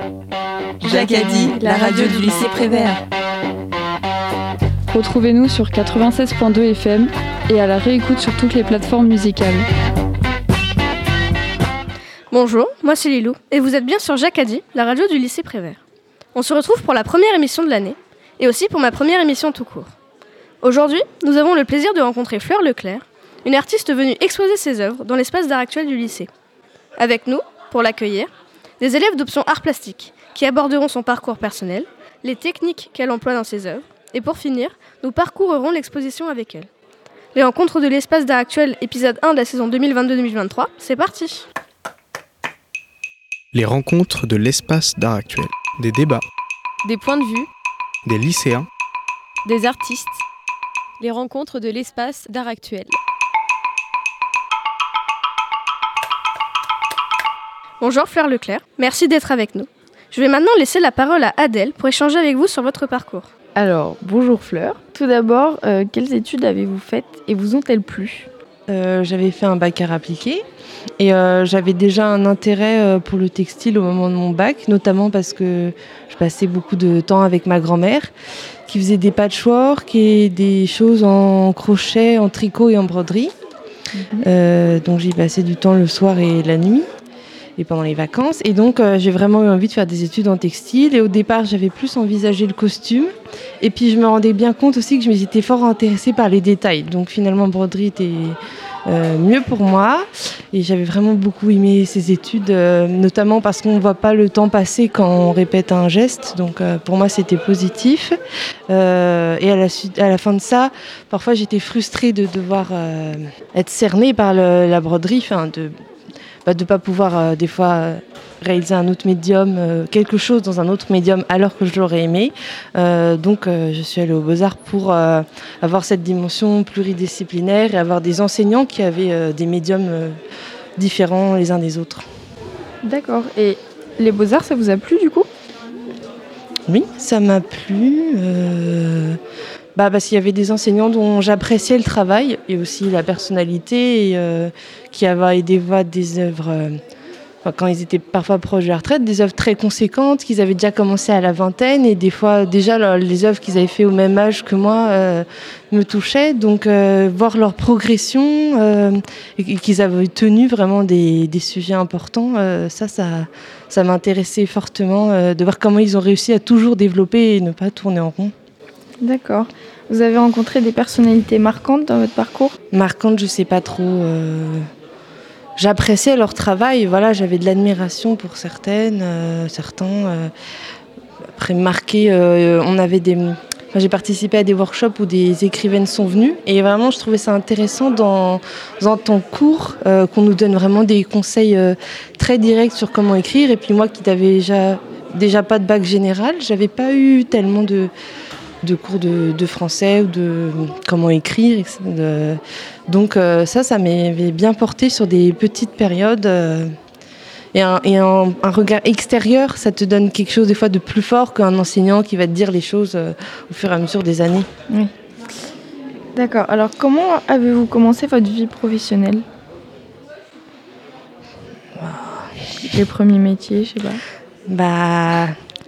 Jacadi, la radio du lycée Prévert. Retrouvez-nous sur 96.2 FM et à la réécoute sur toutes les plateformes musicales. Bonjour, moi c'est Lilou et vous êtes bien sur Jacadi, la radio du lycée Prévert. On se retrouve pour la première émission de l'année et aussi pour ma première émission tout court. Aujourd'hui, nous avons le plaisir de rencontrer Fleur Leclerc, une artiste venue exposer ses œuvres dans l'espace d'art actuel du lycée. Avec nous, pour l'accueillir, des élèves d'option art plastique qui aborderont son parcours personnel, les techniques qu'elle emploie dans ses œuvres et pour finir, nous parcourrons l'exposition avec elle. Les rencontres de l'espace d'art actuel, épisode 1 de la saison 2022-2023, c'est parti! Les rencontres de l'espace d'art actuel. Des débats. Des points de vue. Des lycéens. Des artistes. Les rencontres de l'espace d'art actuel. Bonjour Fleur Leclerc, merci d'être avec nous. Je vais maintenant laisser la parole à Adèle pour échanger avec vous sur votre parcours. Alors, bonjour Fleur. Tout d'abord, quelles études avez-vous faites et vous ont-elles plu ? J'avais fait un bac art appliqué et j'avais déjà un intérêt pour le textile au moment de mon bac, notamment parce que je passais beaucoup de temps avec ma grand-mère qui faisait des patchwork et des choses en crochet, en tricot et en broderie. Donc j'y passais du temps le soir et la nuit et pendant les vacances. Et donc j'ai vraiment eu envie de faire des études en textile. Et au départ, j'avais plus envisagé le costume. Et puis je me rendais bien compte aussi que je m'étais fort intéressée par les détails. Donc finalement, broderie était mieux pour moi. Et j'avais vraiment beaucoup aimé ces études, notamment parce qu'on ne voit pas le temps passer quand on répète un geste. Donc pour moi, c'était positif. Et à la fin de ça, parfois j'étais frustrée de devoir être cernée par la broderie, de ne pas pouvoir des fois réaliser un autre médium, quelque chose dans un autre médium alors que je l'aurais aimé. Donc je suis allée aux Beaux-Arts pour avoir cette dimension pluridisciplinaire et avoir des enseignants qui avaient des médiums différents les uns des autres. D'accord. Et les Beaux-Arts, ça vous a plu du coup ? Oui, ça m'a plu. Parce qu'il y avait des enseignants dont j'appréciais le travail et aussi la personnalité et, qui avaient des œuvres, quand ils étaient parfois proches de la retraite, des œuvres très conséquentes qu'ils avaient déjà commencé à la vingtaine et des fois déjà les œuvres qu'ils avaient fait au même âge que moi me touchaient. Donc voir leur progression et qu'ils avaient tenu vraiment des sujets importants, ça m'intéressait fortement de voir comment ils ont réussi à toujours développer et ne pas tourner en rond. D'accord. Vous avez rencontré des personnalités marquantes dans votre parcours ? Marquantes, je ne sais pas trop. J'appréciais leur travail. Voilà, j'avais de l'admiration pour certains. Après, marqué, j'ai participé à des workshops où des écrivaines sont venues. Et vraiment, je trouvais ça intéressant dans ton cours qu'on nous donne vraiment des conseils très directs sur comment écrire. Et puis moi, qui n'avais déjà pas de bac général, j'avais pas eu tellement de cours de français ou de comment écrire. etc. Donc ça m'avait bien porté sur des petites périodes. Et un regard extérieur, ça te donne quelque chose des fois de plus fort qu'un enseignant qui va te dire les choses au fur et à mesure des années. Oui. D'accord. Alors comment avez-vous commencé votre vie professionnelle ? Les premiers métiers, je sais pas.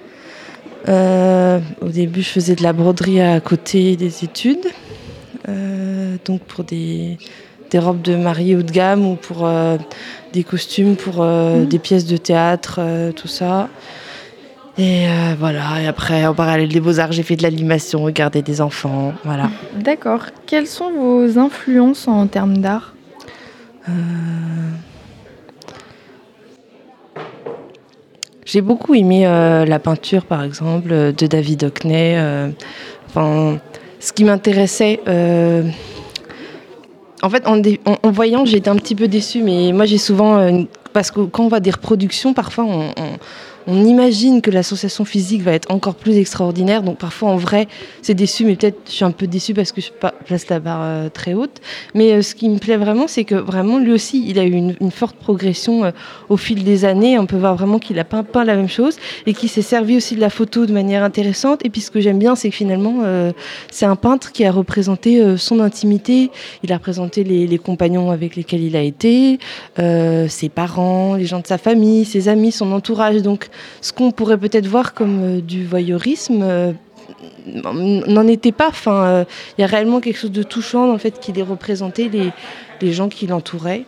Au début, je faisais de la broderie à côté des études, donc pour des robes de mariée haut de gamme ou pour des costumes pour des pièces de théâtre, tout ça. Et voilà. Et après, en parallèle des Beaux-Arts, j'ai fait de l'animation, regarder des enfants, voilà. D'accord. Quelles sont vos influences en termes d'art ? J'ai beaucoup aimé la peinture, par exemple, de David Hockney. Ce qui m'intéressait... En fait, en voyant, j'ai été un petit peu déçue, mais moi, j'ai souvent... parce que quand on voit des reproductions, parfois, on imagine que l'association physique va être encore plus extraordinaire. Donc parfois, en vrai, c'est déçu, mais peut-être je suis un peu déçue parce que je place la barre très haute. Mais ce qui me plaît vraiment, c'est que vraiment, lui aussi, il a eu une forte progression au fil des années. On peut voir vraiment qu'il a peint la même chose et qu'il s'est servi aussi de la photo de manière intéressante. Et puis ce que j'aime bien, c'est que finalement, c'est un peintre qui a représenté son intimité. Il a représenté les compagnons avec lesquels il a été, ses parents, les gens de sa famille, ses amis, son entourage. Donc ce qu'on pourrait peut-être voir comme du voyeurisme n'en était pas. Enfin, il y a réellement quelque chose de touchant dans le fait qu'il ait représenté les gens qui l'entouraient.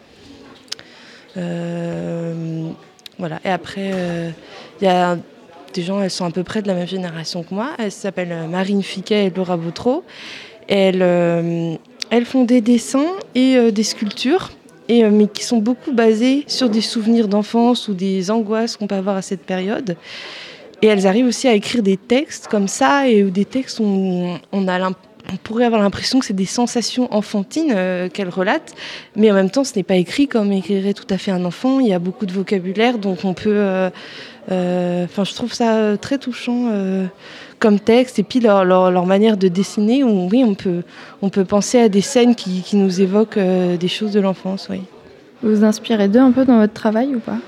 Voilà. Et après, il y a des gens, elles sont à peu près de la même génération que moi. Elles s'appellent Marine Fiquet et Laura Vautreau. Elles font des dessins et des sculptures, mais qui sont beaucoup basés sur des souvenirs d'enfance ou des angoisses qu'on peut avoir à cette période. Et elles arrivent aussi à écrire des textes comme ça, et des textes où on pourrait avoir l'impression que c'est des sensations enfantines qu'elles relatent, mais en même temps, ce n'est pas écrit comme écrirait tout à fait un enfant. Il y a beaucoup de vocabulaire, donc on peut... je trouve ça très touchant comme texte, et puis leur manière de dessiner, où oui, on peut penser à des scènes qui nous évoquent des choses de l'enfance. Oui. Vous vous inspirez d'eux un peu dans votre travail ou pas ?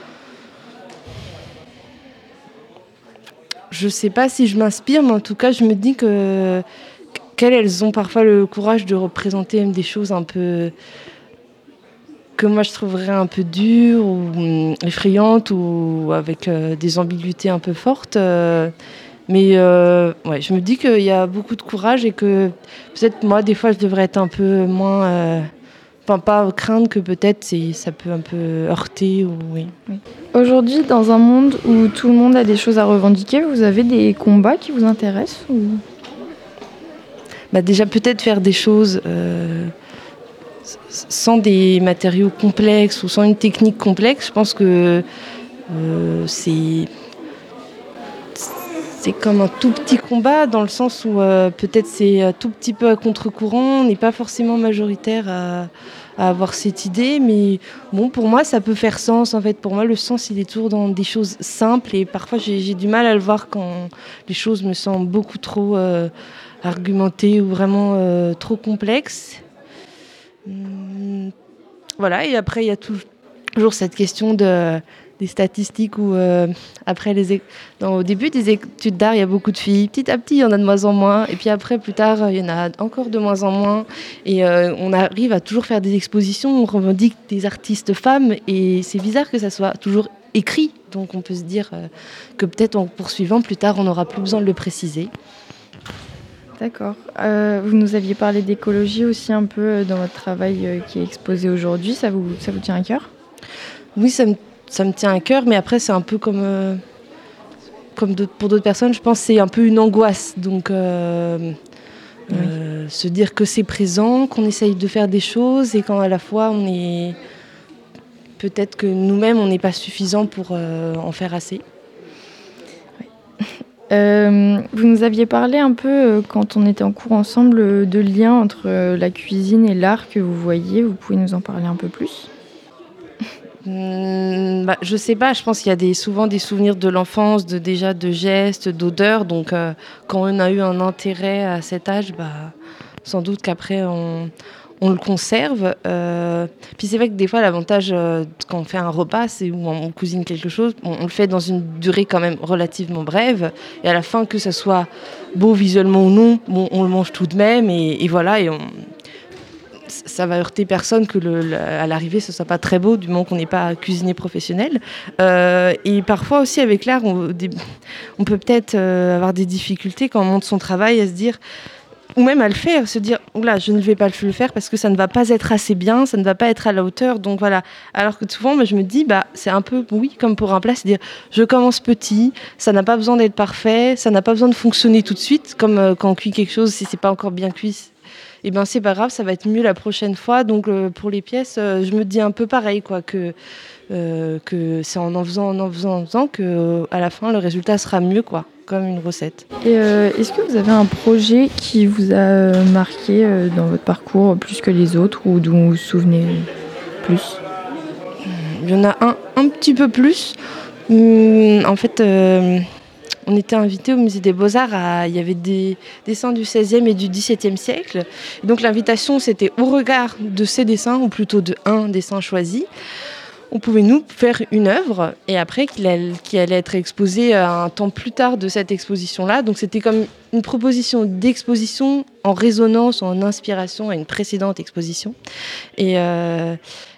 Je ne sais pas si je m'inspire, mais en tout cas, je me dis qu'elles ont parfois le courage de représenter même des choses un peu que moi je trouverais un peu dures ou effrayantes ou avec des ambiguïtés un peu fortes. Mais je me dis qu'il y a beaucoup de courage et que peut-être moi, des fois, je devrais être un peu moins... pas craindre que peut-être ça peut un peu heurter. Oui. Aujourd'hui, dans un monde où tout le monde a des choses à revendiquer, vous avez des combats qui vous intéressent ou... Déjà, peut-être faire des choses sans des matériaux complexes ou sans une technique complexe. Je pense que c'est comme un tout petit combat, dans le sens où peut-être c'est un tout petit peu à contre-courant. On n'est pas forcément majoritaire à avoir cette idée, mais bon, pour moi, ça peut faire sens. En fait, pour moi, le sens, il est toujours dans des choses simples, et parfois, j'ai du mal à le voir quand les choses me semblent beaucoup trop argumentées ou vraiment trop complexes. Voilà, et après, il y a toujours cette question des statistiques où, au début des études d'art, il y a beaucoup de filles. Petit à petit, il y en a de moins en moins. Et puis après, plus tard, il y en a encore de moins en moins. Et on arrive à toujours faire des expositions. On revendique des artistes femmes. Et c'est bizarre que ça soit toujours écrit. Donc on peut se dire que peut-être en poursuivant, plus tard, on n'aura plus besoin de le préciser. D'accord. Vous nous aviez parlé d'écologie aussi un peu dans votre travail qui est exposé aujourd'hui. Ça vous tient à cœur ? Oui, ça me tient à cœur, mais après, c'est un peu comme pour d'autres personnes, je pense que c'est un peu une angoisse. Donc, se dire que c'est présent, qu'on essaye de faire des choses, et quand à la fois, peut-être que nous-mêmes, on n'est pas suffisant pour en faire assez. Vous nous aviez parlé un peu, quand on était en cours ensemble, de lien entre la cuisine et l'art que vous voyez. Vous pouvez nous en parler un peu plus ? Je sais pas, je pense qu'il y a souvent des souvenirs de l'enfance, déjà de gestes, d'odeurs. Donc quand on a eu un intérêt à cet âge, sans doute qu'après on le conserve. Puis c'est vrai que des fois, l'avantage quand on fait un repas, c'est où on cuisine quelque chose, on le fait dans une durée quand même relativement brève. Et à la fin, que ça soit beau visuellement ou non, on le mange tout de même. Et voilà, et ça va heurter personne que à l'arrivée ce soit pas très beau, du moment qu'on n'est pas cuisinier professionnel. Et parfois aussi avec l'art, on peut peut-être avoir des difficultés quand on monte son travail à se dire, ou même à le faire, se dire oula, je ne vais pas le faire parce que ça ne va pas être assez bien, ça ne va pas être à la hauteur. Donc voilà. Alors que souvent, je me dis, c'est un peu, oui, comme pour un plat, c'est-à-dire je commence petit, ça n'a pas besoin d'être parfait, ça n'a pas besoin de fonctionner tout de suite, comme quand on cuit quelque chose, si c'est pas encore bien cuit. C'est pas grave, ça va être mieux la prochaine fois. Donc pour les pièces, je me dis un peu pareil, quoi, que c'est en faisant que à la fin le résultat sera mieux, quoi, comme une recette. Et est-ce que vous avez un projet qui vous a marqué dans votre parcours plus que les autres, ou dont vous vous souvenez plus ? Il y en a un petit peu plus. En fait, on était invités au musée des Beaux-Arts. Il y avait des dessins du XVIe et du XVIIe siècle. Et donc l'invitation, c'était au regard de ces dessins, ou plutôt de un dessin choisi. On pouvait nous faire une œuvre, et après qui allait être exposée un temps plus tard de cette exposition-là. Donc c'était comme une proposition d'exposition en résonance, en inspiration à une précédente exposition.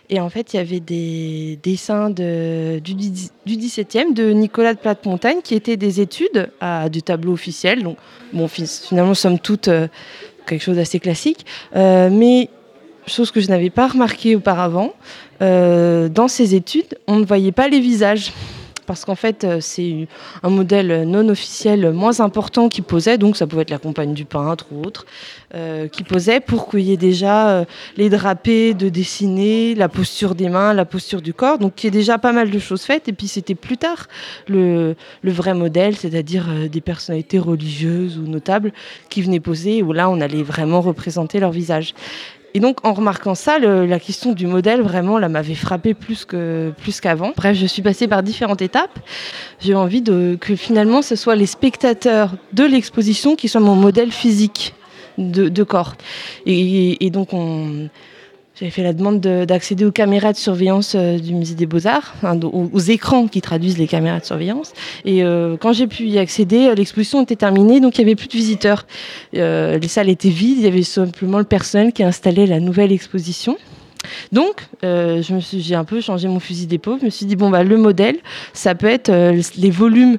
Et en fait, il y avait des dessins du 17e de Nicolas de Platemontagne qui étaient des études du tableau officiel. Donc, bon, finalement, somme toute, quelque chose d'assez classique. Mais chose que je n'avais pas remarqué auparavant, dans ces études, on ne voyait pas les visages. Parce qu'en fait, c'est un modèle non officiel moins important qui posait, donc ça pouvait être la compagne du peintre ou autre, qui posait pour qu'il y ait déjà les drapés de dessiner, la posture des mains, la posture du corps, donc il y a déjà pas mal de choses faites. Et puis c'était plus tard le vrai modèle, c'est-à-dire des personnalités religieuses ou notables qui venaient poser, où là on allait vraiment représenter leur visage. Et donc, en remarquant ça, la question du modèle, vraiment, là, m'avait frappée plus qu'avant. Bref, je suis passée par différentes étapes. J'ai envie que finalement, ce soit les spectateurs de l'exposition qui soient mon modèle physique de corps. Et donc, j'avais fait la demande d'accéder aux caméras de surveillance du Musée des Beaux-Arts, aux écrans qui traduisent les caméras de surveillance. Et quand j'ai pu y accéder, l'exposition était terminée, donc il n'y avait plus de visiteurs. Les salles étaient vides, il y avait simplement le personnel qui installait la nouvelle exposition. Donc, j'ai un peu changé mon fusil d'épaule. Je me suis dit, le modèle, ça peut être les volumes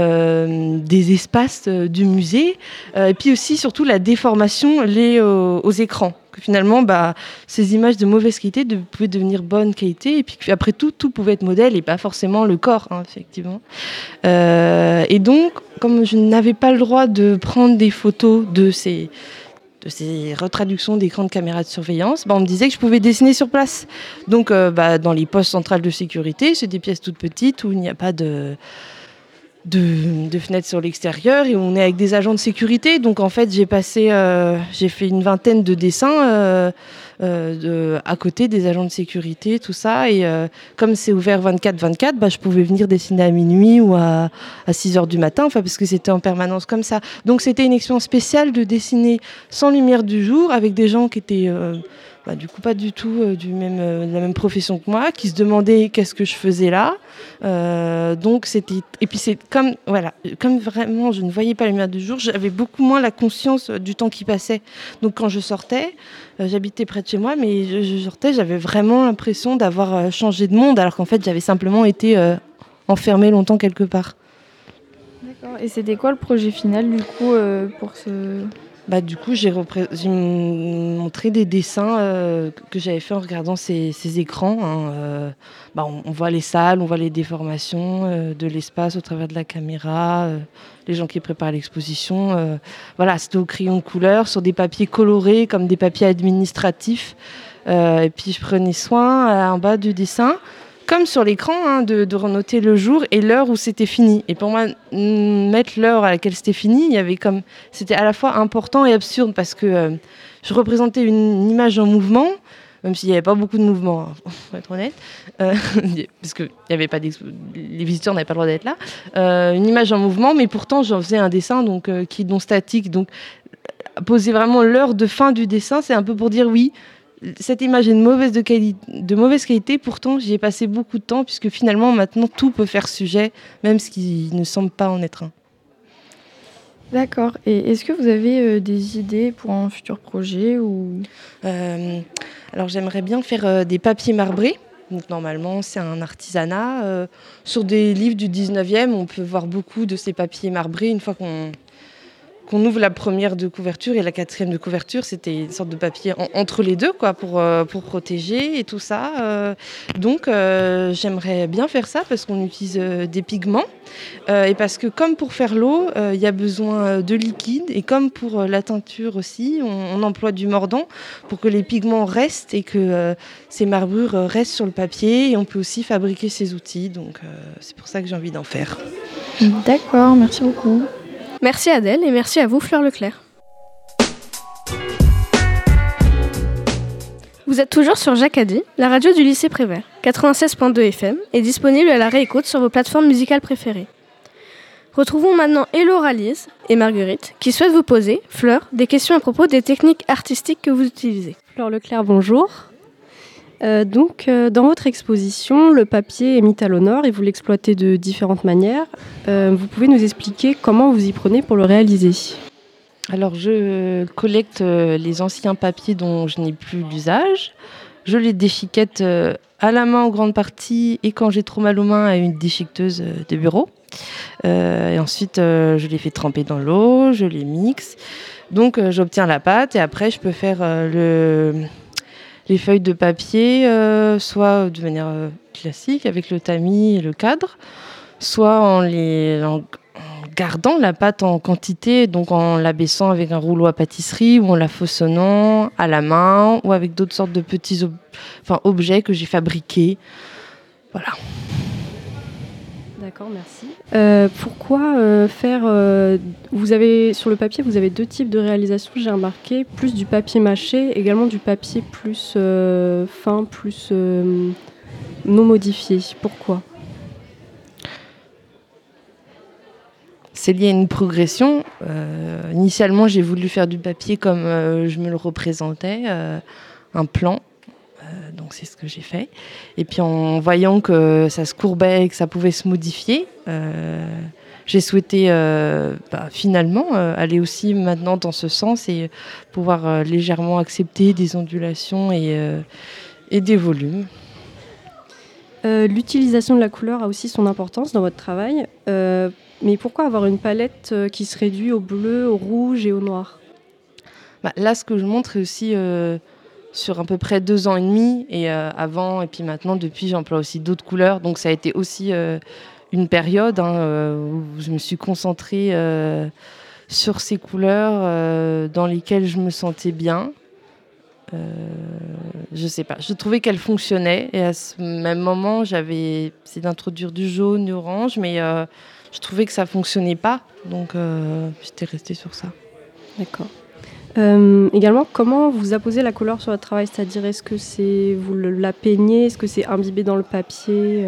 des espaces du musée, et puis aussi, surtout, la déformation liée aux écrans. Que finalement, ces images de mauvaise qualité pouvaient devenir bonne qualité, et puis après tout pouvait être modèle, et pas forcément le corps, effectivement. Et donc, comme je n'avais pas le droit de prendre des photos de ces retraductions d'écrans de caméras de surveillance, on me disait que je pouvais dessiner sur place. Donc, dans les postes centrales de sécurité, c'est des pièces toutes petites où il n'y a pas de fenêtres sur l'extérieur et on est avec des agents de sécurité. Donc, en fait, j'ai fait une vingtaine de dessins à côté des agents de sécurité, tout ça. Et comme c'est ouvert 24/24, je pouvais venir dessiner à minuit ou à 6h du matin, parce que c'était en permanence comme ça. Donc c'était une expérience spéciale de dessiner sans lumière du jour, avec des gens qui étaient du coup pas du tout de la même profession que moi, qui se demandaient qu'est-ce que je faisais là. Donc c'était, et puis c'est comme vraiment je ne voyais pas la lumière du jour, j'avais beaucoup moins la conscience du temps qui passait. Donc quand je sortais, j'habitais près de chez moi, mais je sortais, j'avais vraiment l'impression d'avoir changé de monde, alors qu'en fait j'avais simplement été enfermée longtemps quelque part. D'accord. Et c'était quoi le projet final du coup pour ce... Du coup, j'ai montré des dessins que j'avais fait en regardant ces écrans. On voit les salles, on voit les déformations de l'espace au travers de la caméra, les gens qui préparent l'exposition. C'était au crayon de couleur, sur des papiers colorés, comme des papiers administratifs. Et puis, je prenais soin, en bas du dessin, comme sur l'écran, de renoter le jour et l'heure où c'était fini. Et pour moi, mettre l'heure à laquelle c'était fini, c'était à la fois important et absurde, parce que je représentais une image en mouvement, même s'il n'y avait pas beaucoup de mouvement, pour être honnête, parce que y avait pas les visiteurs n'avaient pas le droit d'être là. Une image en mouvement, mais pourtant j'en faisais un dessin qui est non statique. Donc poser vraiment l'heure de fin du dessin, c'est un peu pour dire oui, cette image est de mauvaise qualité, pourtant j'y ai passé beaucoup de temps, puisque finalement maintenant tout peut faire sujet, même ce qui ne semble pas en être un. D'accord. Et est-ce que vous avez des idées pour un futur projet ou... Alors j'aimerais bien faire des papiers marbrés. Donc normalement c'est un artisanat. Sur des livres du 19e, on peut voir beaucoup de ces papiers marbrés. Une fois qu'on ouvre la première de couverture et la quatrième de couverture, c'était une sorte de papier entre les deux, pour protéger et tout ça. Donc j'aimerais bien faire ça, parce qu'on utilise des pigments et parce que comme pour faire l'eau, il y a besoin de liquide, et comme pour la teinture aussi, on emploie du mordant pour que les pigments restent et que ces marbrures restent sur le papier, et on peut aussi fabriquer ces outils. Donc c'est pour ça que j'ai envie d'en faire. D'accord, merci beaucoup. Merci Adèle, et merci à vous Fleur Leclerc. Vous êtes toujours sur Jacadi, la radio du lycée Prévert. 96.2 FM est disponible à la réécoute sur vos plateformes musicales préférées. Retrouvons maintenant Elora Lise et Marguerite qui souhaitent vous poser, Fleur, des questions à propos des techniques artistiques que vous utilisez. Fleur Leclerc, bonjour. Dans votre exposition, le papier est mis à l'honneur et vous l'exploitez de différentes manières. Vous pouvez nous expliquer comment vous y prenez pour le réaliser ? Alors, je collecte les anciens papiers dont je n'ai plus l'usage. je les déchiquette à la main en grande partie et quand j'ai trop mal aux mains à une déchiqueteuse de bureau. Et ensuite, je les fais tremper dans l'eau, je les mixe. Donc, j'obtiens la pâte et après, je peux faire les feuilles de papier, soit de manière classique avec le tamis et le cadre, soit en gardant la pâte en quantité, donc en l'abaissant avec un rouleau à pâtisserie ou en la façonnant à la main ou avec d'autres sortes de petits objets que j'ai fabriqués. Voilà. D'accord, merci. Pourquoi faire... vous avez, sur le papier, vous avez 2 types de réalisation, j'ai remarqué, plus du papier mâché, également du papier plus fin, plus non modifié. Pourquoi ? C'est lié à une progression. Initialement, j'ai voulu faire du papier comme je me le représentais, un plan. Donc c'est ce que j'ai fait. Et puis en voyant que ça se courbait et que ça pouvait se modifier, j'ai souhaité finalement aller aussi maintenant dans ce sens et pouvoir légèrement accepter des ondulations et des volumes. L'utilisation de la couleur a aussi son importance dans votre travail. Mais pourquoi avoir une palette qui se réduit au bleu, au rouge et au noir ? Là, ce que je montre est aussi sur à peu près 2 ans et demi. Et avant, et puis maintenant, depuis, j'emploie aussi d'autres couleurs. Donc ça a été aussi une période où je me suis concentrée sur ces couleurs dans lesquelles je me sentais bien. Je sais pas, je trouvais qu'elle fonctionnait et à ce même moment j'avais essayé d'introduire du jaune, du orange, mais je trouvais que ça fonctionnait pas, donc j'étais restée sur ça. D'accord. Également, comment vous apposez la couleur sur votre travail, c'est-à-dire est-ce que vous la peignez, est-ce que c'est imbibé dans le papier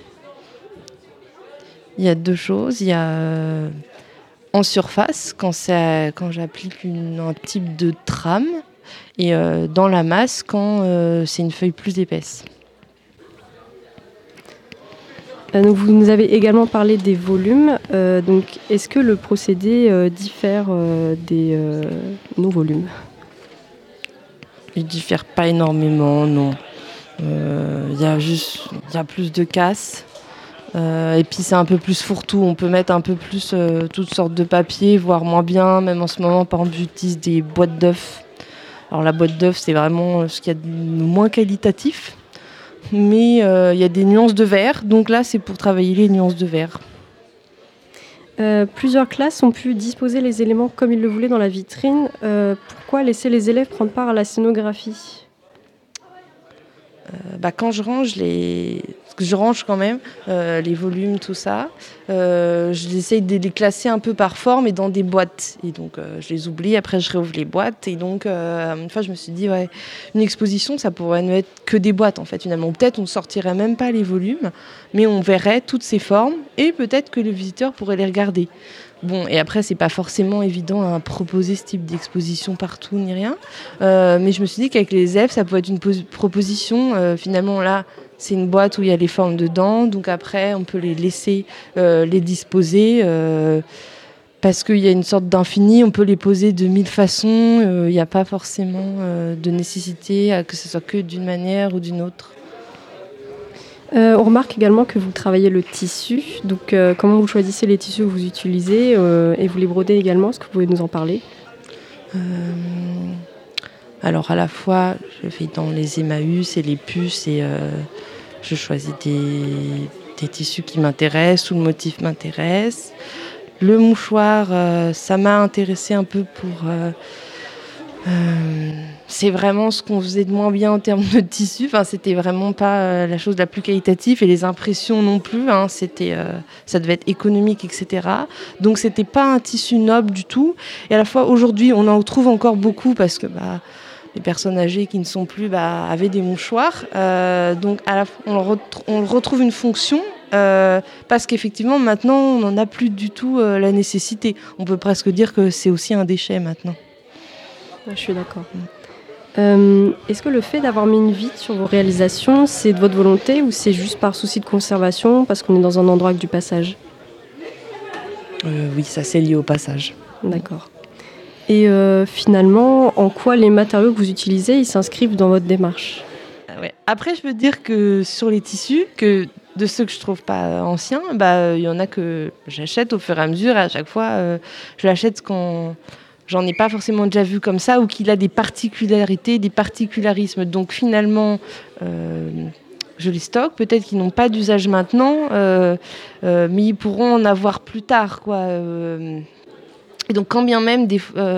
Il y a 2 choses, il y a en surface quand j'applique un type de trame. Et dans la masse quand c'est une feuille plus épaisse. Donc vous nous avez également parlé des volumes. Donc est-ce que le procédé diffère des non-volumes ? Il ne diffère pas énormément, non. Il y a plus de casse. Et puis c'est un peu plus fourre-tout. On peut mettre un peu plus toutes sortes de papiers, voire moins bien. Même en ce moment, par exemple, j'utilise des boîtes d'œufs. Alors la boîte d'œufs, c'est vraiment ce qu'il y a de moins qualitatif, mais il y a des nuances de vert, donc là c'est pour travailler les nuances de vert. Plusieurs classes ont pu disposer les éléments comme ils le voulaient dans la vitrine. Pourquoi laisser les élèves prendre part à la scénographie ? Quand je range parce que je range quand même les volumes, tout ça, j'essaye de les classer un peu par forme et dans des boîtes. Et donc je les oublie, après je réouvre les boîtes. Et donc une fois je me suis dit, une exposition ça pourrait ne être que des boîtes en fait finalement. Peut-être on ne sortirait même pas les volumes, mais on verrait toutes ces formes et peut-être que le visiteur pourrait les regarder. Bon, et après, c'est pas forcément évident à proposer ce type d'exposition partout ni rien. Mais je me suis dit qu'avec les élèves, ça pouvait être une proposition. Finalement, là, c'est une boîte où il y a les formes dedans. Donc après, on peut les laisser les disposer. Parce qu'il y a une sorte d'infini, on peut les poser de 1000 façons. Il n'y a pas forcément de nécessité à que ce soit que d'une manière ou d'une autre. On remarque également que vous travaillez le tissu. Donc, comment vous choisissez les tissus que vous utilisez et vous les brodez également ? Est-ce que vous pouvez nous en parler ? Alors, à la fois, je fais dans les Emmaüs et les puces et je choisis des tissus qui m'intéressent ou le motif m'intéresse. Le mouchoir, ça m'a intéressée un peu pour... c'est vraiment ce qu'on faisait de moins bien en termes de tissu. Enfin, c'était vraiment pas la chose la plus qualitative et les impressions non plus. Ça devait être économique, etc. Donc, c'était pas un tissu noble du tout. Et à la fois, aujourd'hui, on en trouve encore beaucoup parce que les personnes âgées qui ne sont plus avaient des mouchoirs. Donc, on retrouve une fonction. Parce qu'effectivement, maintenant, on n'en a plus du tout la nécessité. On peut presque dire que c'est aussi un déchet maintenant. Je suis d'accord. Est-ce que le fait d'avoir mis une vitre sur vos réalisations, c'est de votre volonté ou c'est juste par souci de conservation parce qu'on est dans un endroit avec du passage ? Oui, ça c'est lié au passage. D'accord. Et finalement, en quoi les matériaux que vous utilisez, ils s'inscrivent dans votre démarche ? Ouais. Après, je peux dire que sur les tissus, que de ceux que je trouve pas anciens, il y en a que j'achète au fur et à mesure. Et à chaque fois, je l'achète quand j'en ai pas forcément déjà vu comme ça ou qu'il a des particularités, des particularismes. Donc finalement, je les stocke. Peut-être qu'ils n'ont pas d'usage maintenant, mais ils pourront en avoir plus tard, quoi. Et donc quand bien même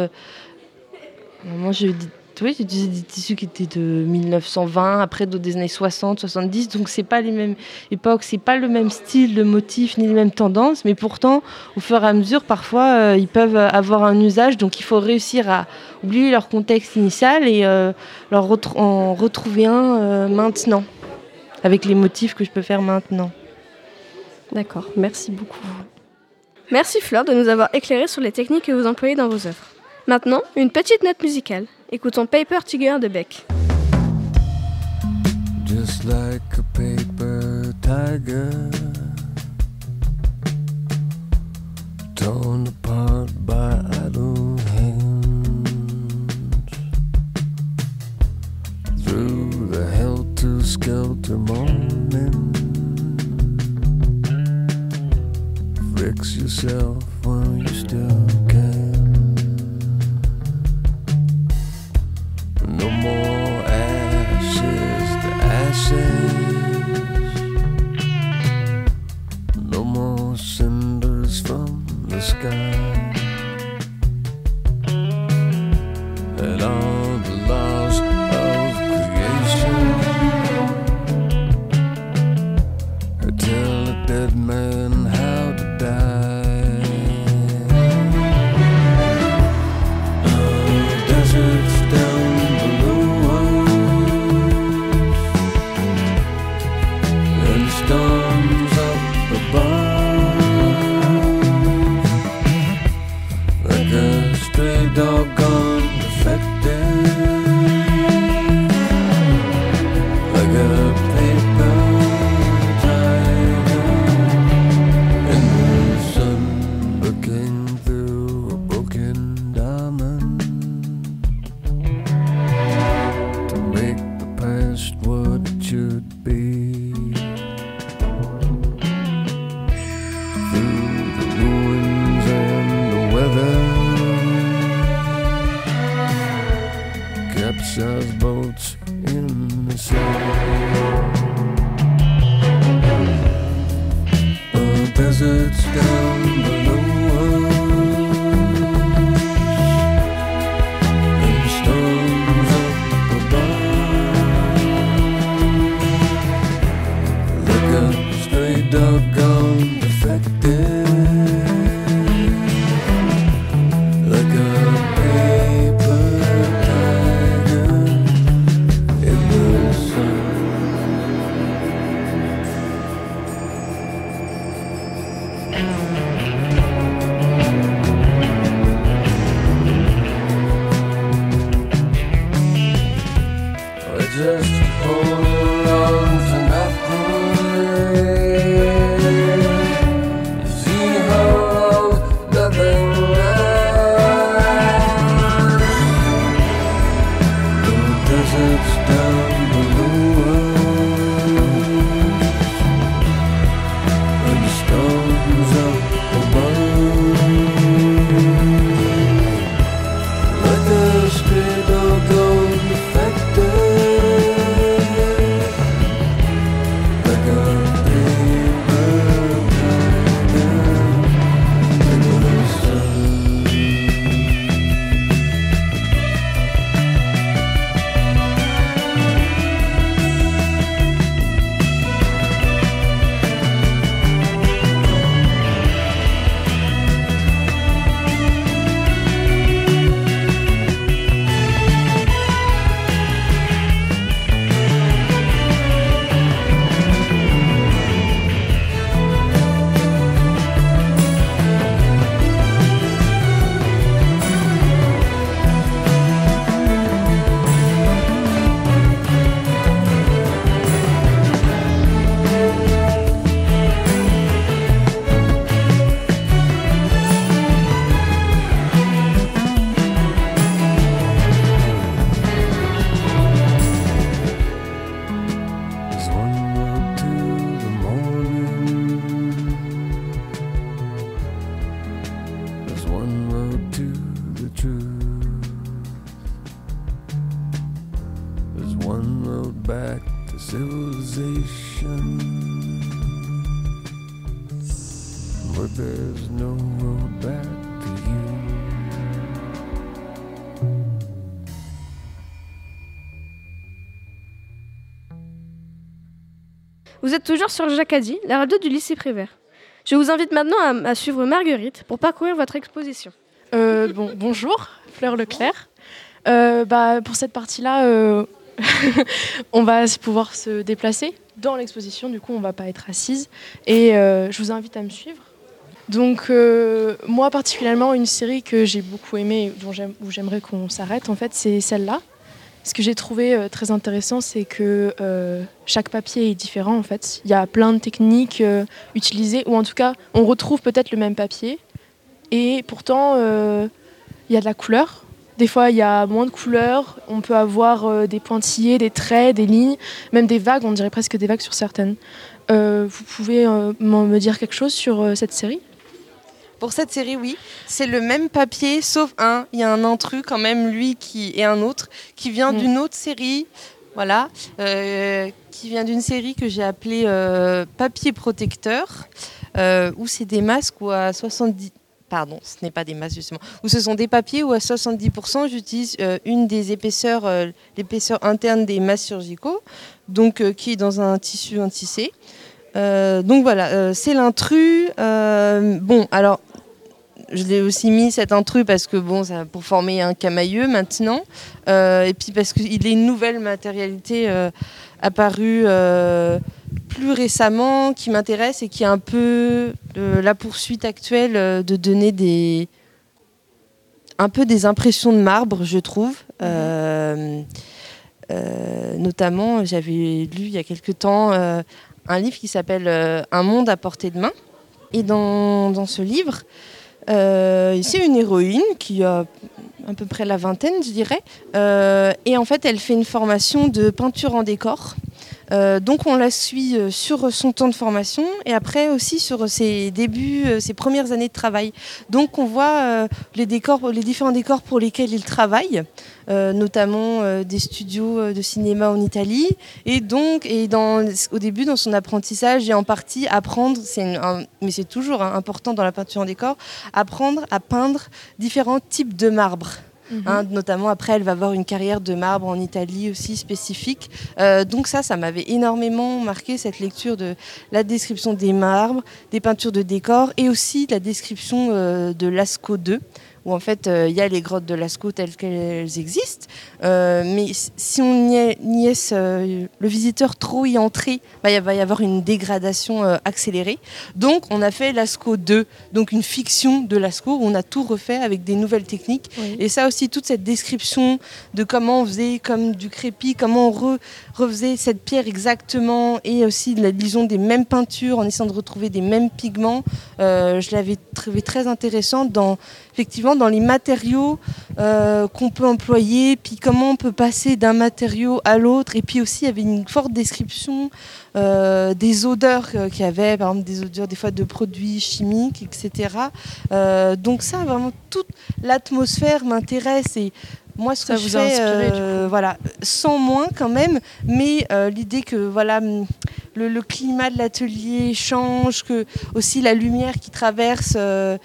moi j'ai utilisé des tissus qui étaient de 1920, après d'autres des années 60, 70, donc c'est pas les mêmes époques, c'est pas le même style de motif ni les mêmes tendances, mais pourtant au fur et à mesure parfois ils peuvent avoir un usage, donc il faut réussir à oublier leur contexte initial et en retrouver un maintenant, avec les motifs que je peux faire maintenant. D'accord, merci beaucoup. Merci Fleur de nous avoir éclairé sur les techniques que vous employez dans vos œuvres. Maintenant, une petite note musicale. Écoutons Paper Tiger de Beck. Just like a paper tiger, torn apart by idle hands, through the helter-skelter morning, fix yourself while you still can. No more ashes to ashes, no more cinders from the sky, and all the laws of creation tell a dead man how to die. Deserts down storms up above, like a stray dog gone defective, like a paper tiger in the sun, looking through a broken diamond to make the past what it should be. Capsized boats in the sea. Deserts down below us, and storms up above, like a stray dog gone defective, like a paper tiger in the sun. Just hold on to nothing. You see how nothing lasts. The deserts down below us, and the storms up civilization where there's no road back to you. Vous êtes toujours sur Jacadi, la radio du lycée Prévert. Je vous invite maintenant à suivre Marguerite pour parcourir votre exposition. Bonjour, Fleur Leclerc. Pour cette partie-là, on va pouvoir se déplacer dans l'exposition. Du coup, on ne va pas être assise. Et je vous invite à me suivre. Donc, moi particulièrement, une série que j'ai beaucoup aimée, où j'aimerais qu'on s'arrête, en fait, c'est celle-là. Ce que j'ai trouvé très intéressant, c'est que chaque papier est différent, en fait. Il y a plein de techniques utilisées, ou en tout cas, on retrouve peut-être le même papier. Et pourtant, il y a de la couleur. Des fois, il y a moins de couleurs. On peut avoir des pointillés, des traits, des lignes, même des vagues. On dirait presque des vagues sur certaines. Vous pouvez me dire quelque chose sur cette série ? Pour cette série, oui, c'est le même papier, sauf il y a un intrus quand même, lui et un autre, qui vient d'une autre série, voilà, qui vient d'une série que j'ai appelée Papier protecteur, où c'est des masques où à 70... Pardon, ce n'est pas des masques justement, où ce sont des papiers où à 70% j'utilise une des épaisseurs, l'épaisseur interne des masques chirurgicaux, donc qui est dans un tissu intissé. Donc voilà, c'est l'intrus. Alors, je l'ai aussi mis cet intrus parce que ça, pour former un camailleux maintenant, et puis parce qu'il est une nouvelle matérialité apparue plus récemment, qui m'intéresse et qui est un peu la poursuite actuelle de donner un peu des impressions de marbre, je trouve. Notamment, j'avais lu il y a quelque temps un livre qui s'appelle Un monde à portée de main. Et dans ce livre, c'est une héroïne qui a à peu près la vingtaine, je dirais. Et en fait, elle fait une formation de peinture en décor. Donc on la suit sur son temps de formation et après aussi sur ses débuts, ses premières années de travail. Donc on voit les différents décors pour lesquels il travaille, notamment des studios de cinéma en Italie. Et au début dans son apprentissage et en partie apprendre, mais c'est toujours important dans la peinture en décor, apprendre à peindre différents types de marbre. Notamment après elle va avoir une carrière de marbre en Italie aussi spécifique, donc ça m'avait énormément marqué, cette lecture de la description des marbres, des peintures de décor et aussi de la description de Lascaux 2 où en fait il y a les grottes de Lascaux telles qu'elles existent, mais si on y laisse le visiteur trop y entrer, il va y avoir une dégradation accélérée. Donc on a fait Lascaux 2, donc une fiction de Lascaux où on a tout refait avec des nouvelles techniques. Oui. Et ça aussi, toute cette description de comment on faisait comme du crépi, comment on refaisait cette pierre exactement, et aussi de la liaison des mêmes peintures en essayant de retrouver des mêmes pigments, je l'avais trouvé très intéressant effectivement dans les matériaux qu'on peut employer, puis comment on peut passer d'un matériau à l'autre. Et puis aussi, il y avait une forte description des odeurs qu'il y avait, par exemple des odeurs des fois de produits chimiques, etc. Donc ça, vraiment, toute l'atmosphère m'intéresse. Et moi, ce que je fais, voilà, sans moins quand même, mais l'idée que voilà, le climat de l'atelier change, que aussi la lumière qui traverse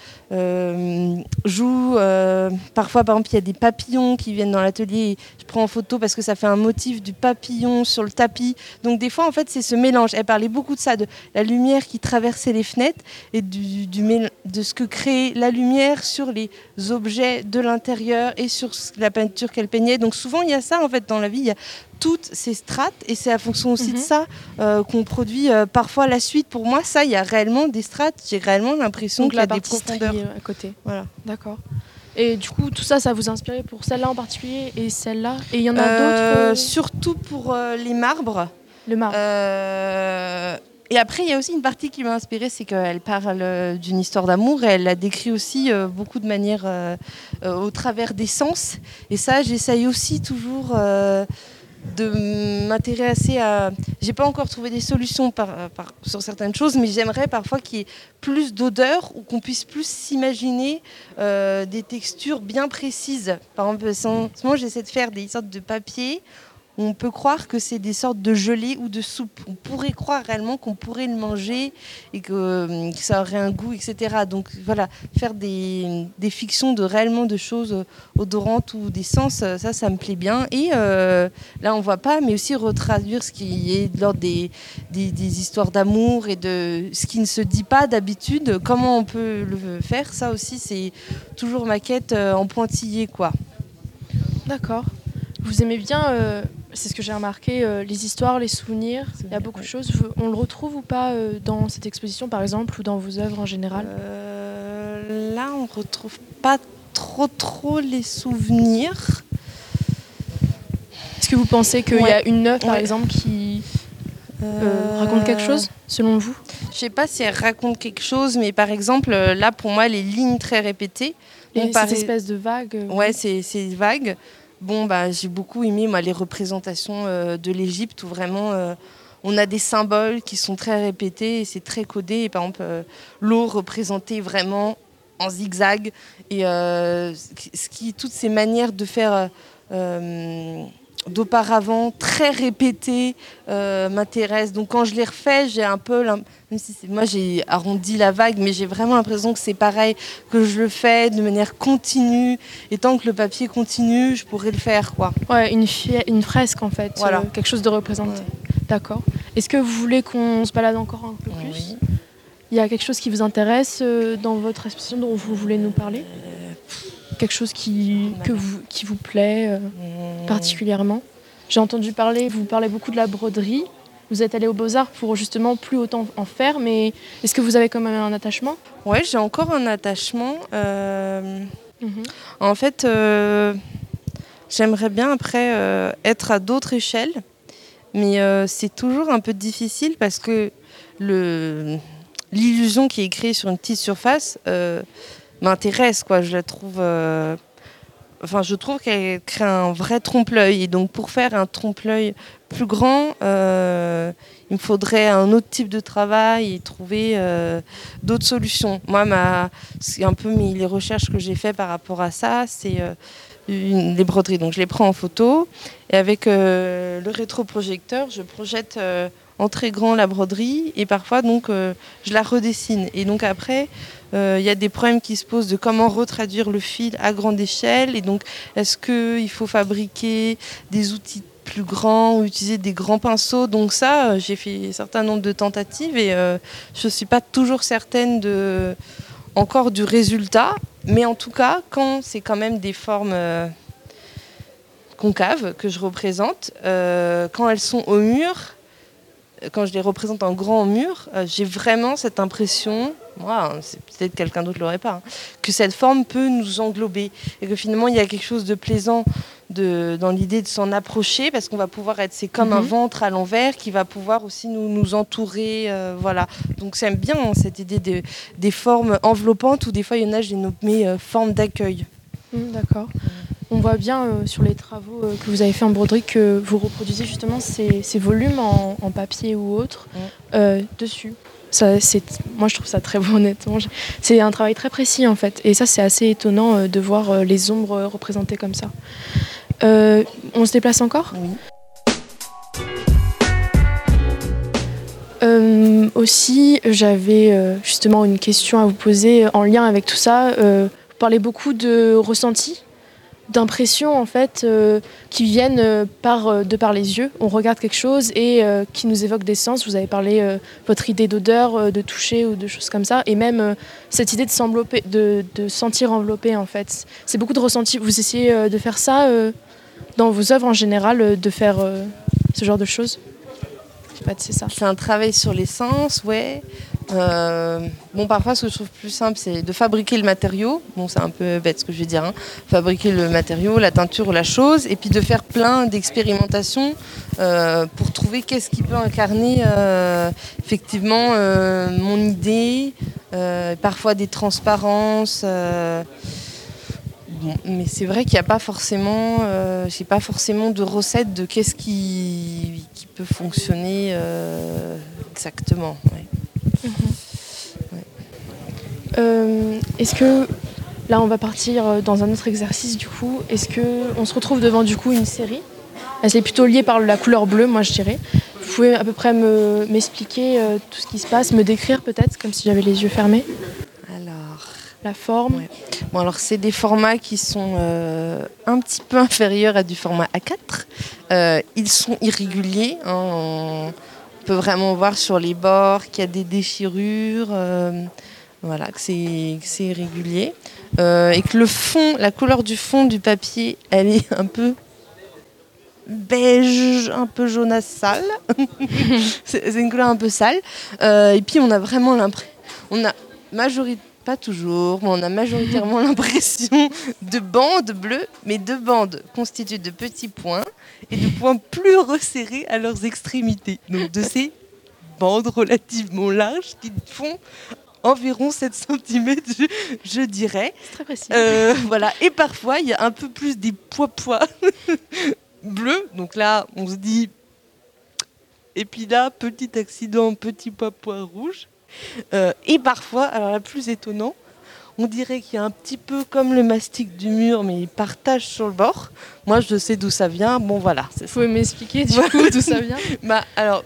joue. Parfois, par exemple, il y a des papillons qui viennent dans l'atelier. Je prends en photo parce que ça fait un motif du papillon sur le tapis. Donc des fois, en fait, c'est ce mélange. Elle parlait beaucoup de ça, de la lumière qui traversait les fenêtres et de ce que crée la lumière sur les objets de l'intérieur et sur la peinture qu'elle peignait. Donc souvent, il y a ça, en fait, dans la vie. Il y a toutes ces strates et c'est à fonction aussi de ça qu'on produit parfois la suite. Pour moi, ça, il y a réellement des strates. J'ai réellement l'impression qu'il y a des profondeurs à côté. Voilà. D'accord. Et du coup, tout ça, ça vous a inspiré pour celle-là en particulier et celle-là. Et il y en a d'autres surtout pour les marbres. Le marbre. Et après, il y a aussi une partie qui m'a inspirée, c'est qu'elle parle d'une histoire d'amour et elle la décrit aussi beaucoup de manière au travers des sens. Et ça, j'essaye aussi toujours de m'intéresser à... J'ai pas encore trouvé des solutions sur certaines choses, mais j'aimerais parfois qu'il y ait plus d'odeurs ou qu'on puisse plus s'imaginer des textures bien précises. Par exemple, en ce moment, j'essaie de faire des sortes de papier on peut croire que c'est des sortes de gelées ou de soupe. On pourrait croire réellement qu'on pourrait le manger et que ça aurait un goût, etc. Donc voilà, faire des fictions réellement de choses odorantes ou des sens, ça me plaît bien. Et là, on voit pas, mais aussi retraduire ce qui est de l'ordre des histoires d'amour et de ce qui ne se dit pas d'habitude, comment on peut le faire. Ça aussi, c'est toujours ma quête en pointillé, quoi. D'accord. Vous aimez bien, c'est ce que j'ai remarqué, les histoires, les souvenirs. Il y a beaucoup de choses. On le retrouve ou pas dans cette exposition, par exemple, ou dans vos œuvres en général ? Là, on retrouve pas trop les souvenirs. Est-ce que vous pensez qu'il y a une œuvre, par exemple, qui raconte quelque chose, selon vous ? Je sais pas si elle raconte quelque chose, mais par exemple, là, pour moi, les lignes très répétées. Cette espèce de vague. Ouais, c'est vague. Bon, j'ai beaucoup aimé les représentations de l'Égypte où vraiment on a des symboles qui sont très répétés et c'est très codé. Et par exemple, l'eau représentée vraiment en zigzag. Et toutes ces manières de faire d'auparavant très répétées m'intéressent. Donc quand je les refais, j'ai un peu... Même si moi j'ai arrondi la vague, mais j'ai vraiment l'impression que c'est pareil, que je le fais de manière continue. Et tant que le papier continue, je pourrais le faire, quoi. Ouais, une fresque en fait, voilà. Quelque chose de représenté. Ouais. D'accord. Est-ce que vous voulez qu'on se balade encore un peu plus ? Oui. Il y a quelque chose qui vous intéresse dans votre exposition dont vous voulez nous parler ? Quelque chose qui vous plaît particulièrement ? J'ai entendu vous parlez beaucoup de la broderie. Vous êtes allé aux Beaux-Arts pour justement plus autant en faire, mais est-ce que vous avez quand même un attachement ? Ouais, j'ai encore un attachement. En fait, j'aimerais bien après être à d'autres échelles, mais c'est toujours un peu difficile parce que l'illusion qui est créée sur une petite surface m'intéresse, quoi. Je la trouve... je trouve qu'elle crée un vrai trompe-l'œil. Et donc, pour faire un trompe-l'œil plus grand, il me faudrait un autre type de travail et trouver d'autres solutions. Moi, c'est un peu les recherches que j'ai faites par rapport à ça, c'est les broderies. Donc, je les prends en photo et avec le rétroprojecteur, je projette en très grand la broderie et parfois, donc, je la redessine. Et donc, après... y a des problèmes qui se posent de comment retraduire le fil à grande échelle. Et donc, est-ce qu'il faut fabriquer des outils plus grands ou utiliser des grands pinceaux ? Donc ça, j'ai fait un certain nombre de tentatives et je ne suis pas toujours certaine encore du résultat. Mais en tout cas, quand c'est quand même des formes concaves que je représente, quand elles sont au mur... Quand je les représente en grand mur, j'ai vraiment cette impression, moi, c'est peut-être quelqu'un d'autre l'aurait pas, que cette forme peut nous englober et que finalement il y a quelque chose de plaisant dans l'idée de s'en approcher parce qu'on va pouvoir c'est comme un ventre à l'envers qui va pouvoir aussi nous entourer, voilà. Donc j'aime bien cette idée des formes enveloppantes où des fois il y en a, j'ai nommé forme d'accueil. D'accord. On voit bien sur les travaux que vous avez fait en broderie que vous reproduisez justement ces volumes en papier ou autre dessus. Moi, je trouve ça très beau, honnêtement. C'est un travail très précis, en fait. Et ça, c'est assez étonnant de voir les ombres représentées comme ça. On se déplace encore ? Oui. Aussi, j'avais justement une question à vous poser en lien avec tout ça. Vous parlez beaucoup de ressenti, d'impressions en fait qui viennent de par les yeux. On regarde quelque chose et qui nous évoque des sens. Vous avez parlé votre idée d'odeur, de toucher ou de choses comme ça, et même cette idée de s'envelopper, de sentir enveloppé en fait. C'est beaucoup de ressenti. Vous essayez de faire ça dans vos œuvres en général, de faire ce genre de choses. Je sais pas, c'est ça. C'est un travail sur les sens, ouais. Parfois, ce que je trouve plus simple, c'est de fabriquer le matériau. Bon, c'est un peu bête ce que je vais dire, hein. Fabriquer le matériau, la teinture, la chose, et puis de faire plein d'expérimentations pour trouver qu'est-ce qui peut incarner effectivement mon idée, parfois des transparences. Mais c'est vrai qu'il n'y a pas forcément, j'ai pas forcément de recette de qu'est-ce qui peut fonctionner exactement. Ouais. Est-ce que là on va partir dans un autre exercice du coup, est-ce que on se retrouve devant du coup une série C'est plutôt lié par la couleur bleue, moi je dirais. Vous pouvez à peu près m'expliquer tout ce qui se passe, me décrire peut-être, comme si j'avais les yeux fermés. Alors, la forme. Ouais. Bon, alors c'est des formats qui sont un petit peu inférieurs à du format A4. Ils sont irréguliers. On peut vraiment voir sur les bords qu'il y a des déchirures. Voilà, que c'est irrégulier. Et que le fond, la couleur du fond du papier, elle est un peu beige, un peu jaunasse sale. C'est une couleur un peu sale. Et puis on a vraiment l'impression, pas toujours, mais on a majoritairement l'impression de bandes bleues, mais de bandes constituées de petits points et de points plus resserrés à leurs extrémités. Donc de ces bandes relativement larges qui font environ 7 cm, je dirais. C'est très précis. Voilà. Et parfois, il y a un peu plus des pois bleus. Donc là, on se dit... Et puis là, petit accident, petit pois rouge. Et parfois, alors la plus étonnant, on dirait qu'il y a un petit peu comme le mastic du mur, mais il partage sur le bord. Moi, je sais d'où ça vient. Bon, voilà. Vous pouvez m'expliquer du coup d'où ça vient ? Alors...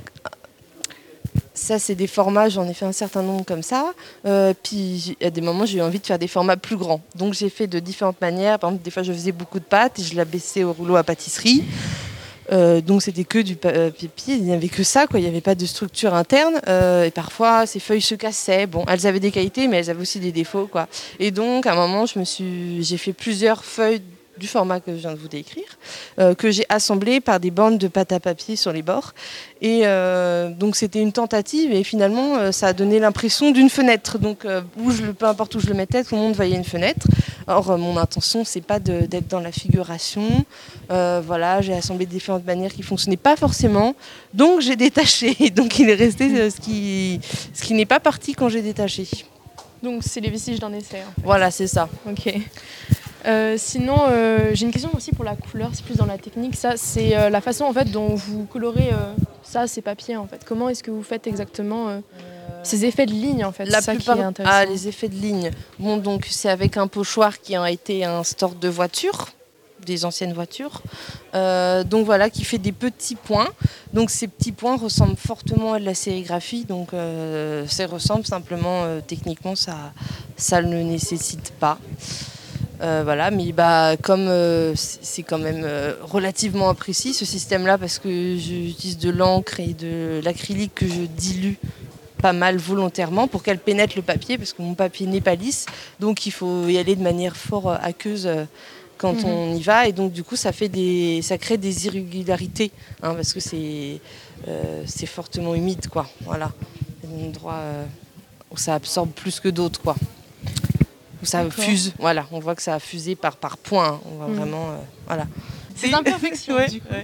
Ça, c'est des formats, j'en ai fait un certain nombre comme ça. Puis, à des moments, j'ai eu envie de faire des formats plus grands. Donc, j'ai fait de différentes manières. Par exemple, des fois, je faisais beaucoup de pâtes et je l'abaissais au rouleau à pâtisserie. Donc, c'était que du papier. Il n'y avait que ça, quoi. Il n'y avait pas de structure interne. Et parfois, ces feuilles se cassaient. Bon, elles avaient des qualités, mais elles avaient aussi des défauts, quoi. Et donc, à un moment, j'ai fait plusieurs feuilles du format que je viens de vous décrire, que j'ai assemblé par des bandes de pâte à papier sur les bords. Et donc c'était une tentative et finalement ça a donné l'impression d'une fenêtre. Donc peu importe où je le mettais, tout le monde voyait une fenêtre. Or mon intention c'est pas d'être dans la figuration. Voilà, j'ai assemblé de différentes manières qui fonctionnaient pas forcément. Donc j'ai détaché. Donc il est resté ce qui n'est pas parti quand j'ai détaché. Donc c'est les vestiges d'un essai. En fait. Voilà, c'est ça. Ok. Sinon, j'ai une question aussi pour la couleur, c'est plus dans la technique. Ça, c'est la façon en fait dont vous colorez ces papiers en fait. Comment est-ce que vous faites exactement ces effets de ligne en fait ? La c'est plupart, ça qui est intéressant. les effets de ligne. Bon, donc c'est avec un pochoir qui a été un store de voitures, des anciennes voitures. Donc voilà, qui fait des petits points. Donc ces petits points ressemblent fortement à de la sérigraphie. Donc ça ressemble simplement, techniquement, ça ne le nécessite pas. Voilà, mais comme c'est quand même relativement imprécis ce système-là, parce que j'utilise de l'encre et de l'acrylique que je dilue pas mal volontairement pour qu'elle pénètre le papier, parce que mon papier n'est pas lisse, donc il faut y aller de manière fort aqueuse quand on y va, et donc du coup ça crée des irrégularités, hein, parce que c'est fortement humide, quoi. Voilà, il y a des endroits où ça absorbe plus que d'autres, quoi. Ça fuse, voilà, on voit que ça a fusé par points, on voit vraiment, voilà. Ces imperfections, du coup.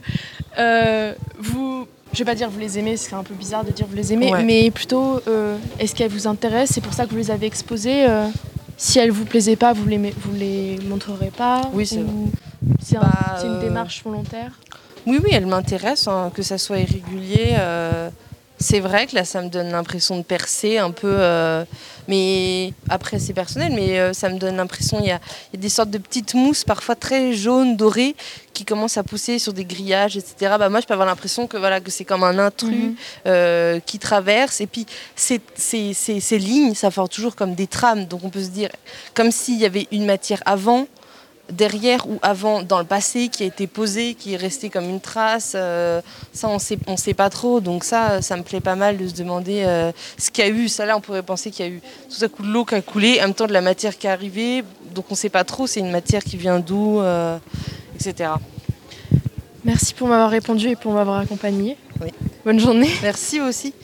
Je vais pas dire vous les aimez, c'est un peu bizarre de dire vous les aimez, mais plutôt, est-ce qu'elles vous intéressent ? C'est pour ça que vous les avez exposées. Si elles vous plaisaient pas, vous les montrerez pas ? Oui, c'est vrai. C'est une démarche volontaire ? Oui, elles m'intéressent, hein, que ça soit irrégulier. C'est vrai que là, ça me donne l'impression de percer un peu, mais après c'est personnel, mais ça me donne l'impression il y a des sortes de petites mousses, parfois très jaunes, dorées, qui commencent à pousser sur des grillages, etc. Moi, je peux avoir l'impression que c'est comme un intrus qui traverse, et puis ces lignes, ça forme toujours comme des trames, donc on peut se dire comme s'il y avait une matière avant, derrière ou avant, dans le passé, qui a été posée, qui est restée comme une trace, ça on sait pas trop, donc ça me plaît pas mal de se demander ce qu'il y a eu. Ça là on pourrait penser qu'il y a eu tout à coup de l'eau qui a coulé, en même temps de la matière qui est arrivée, donc on sait pas trop, c'est une matière qui vient d'où, etc. Merci pour m'avoir répondu et pour m'avoir accompagnée. Oui. Bonne journée. Merci aussi.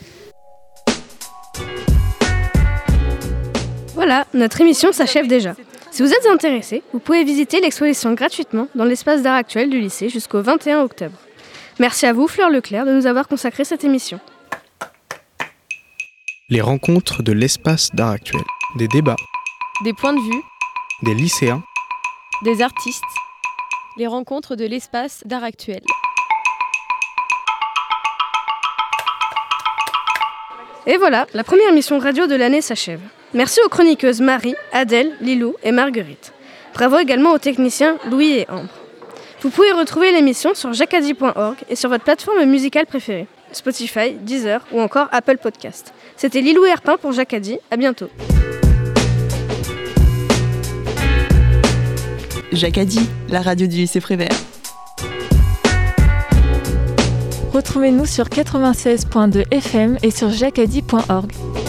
Voilà, notre émission s'achève déjà. Si vous êtes intéressé, vous pouvez visiter l'exposition gratuitement dans l'espace d'art actuel du lycée jusqu'au 21 octobre. Merci à vous, Fleur Leclerc, de nous avoir consacré cette émission. Les rencontres de l'espace d'art actuel. Des débats. Des points de vue. Des lycéens. Des artistes. Les rencontres de l'espace d'art actuel. Et voilà, la première émission radio de l'année s'achève. Merci aux chroniqueuses Marie, Adèle, Lilou et Marguerite. Bravo également aux techniciens Louis et Ambre. Vous pouvez retrouver l'émission sur jacadi.org et sur votre plateforme musicale préférée, Spotify, Deezer ou encore Apple Podcast. C'était Lilou Herpin pour Jacadi, à bientôt. Jacadi, la radio du lycée Prévert. Retrouvez-nous sur 96.2 FM et sur jacadi.org.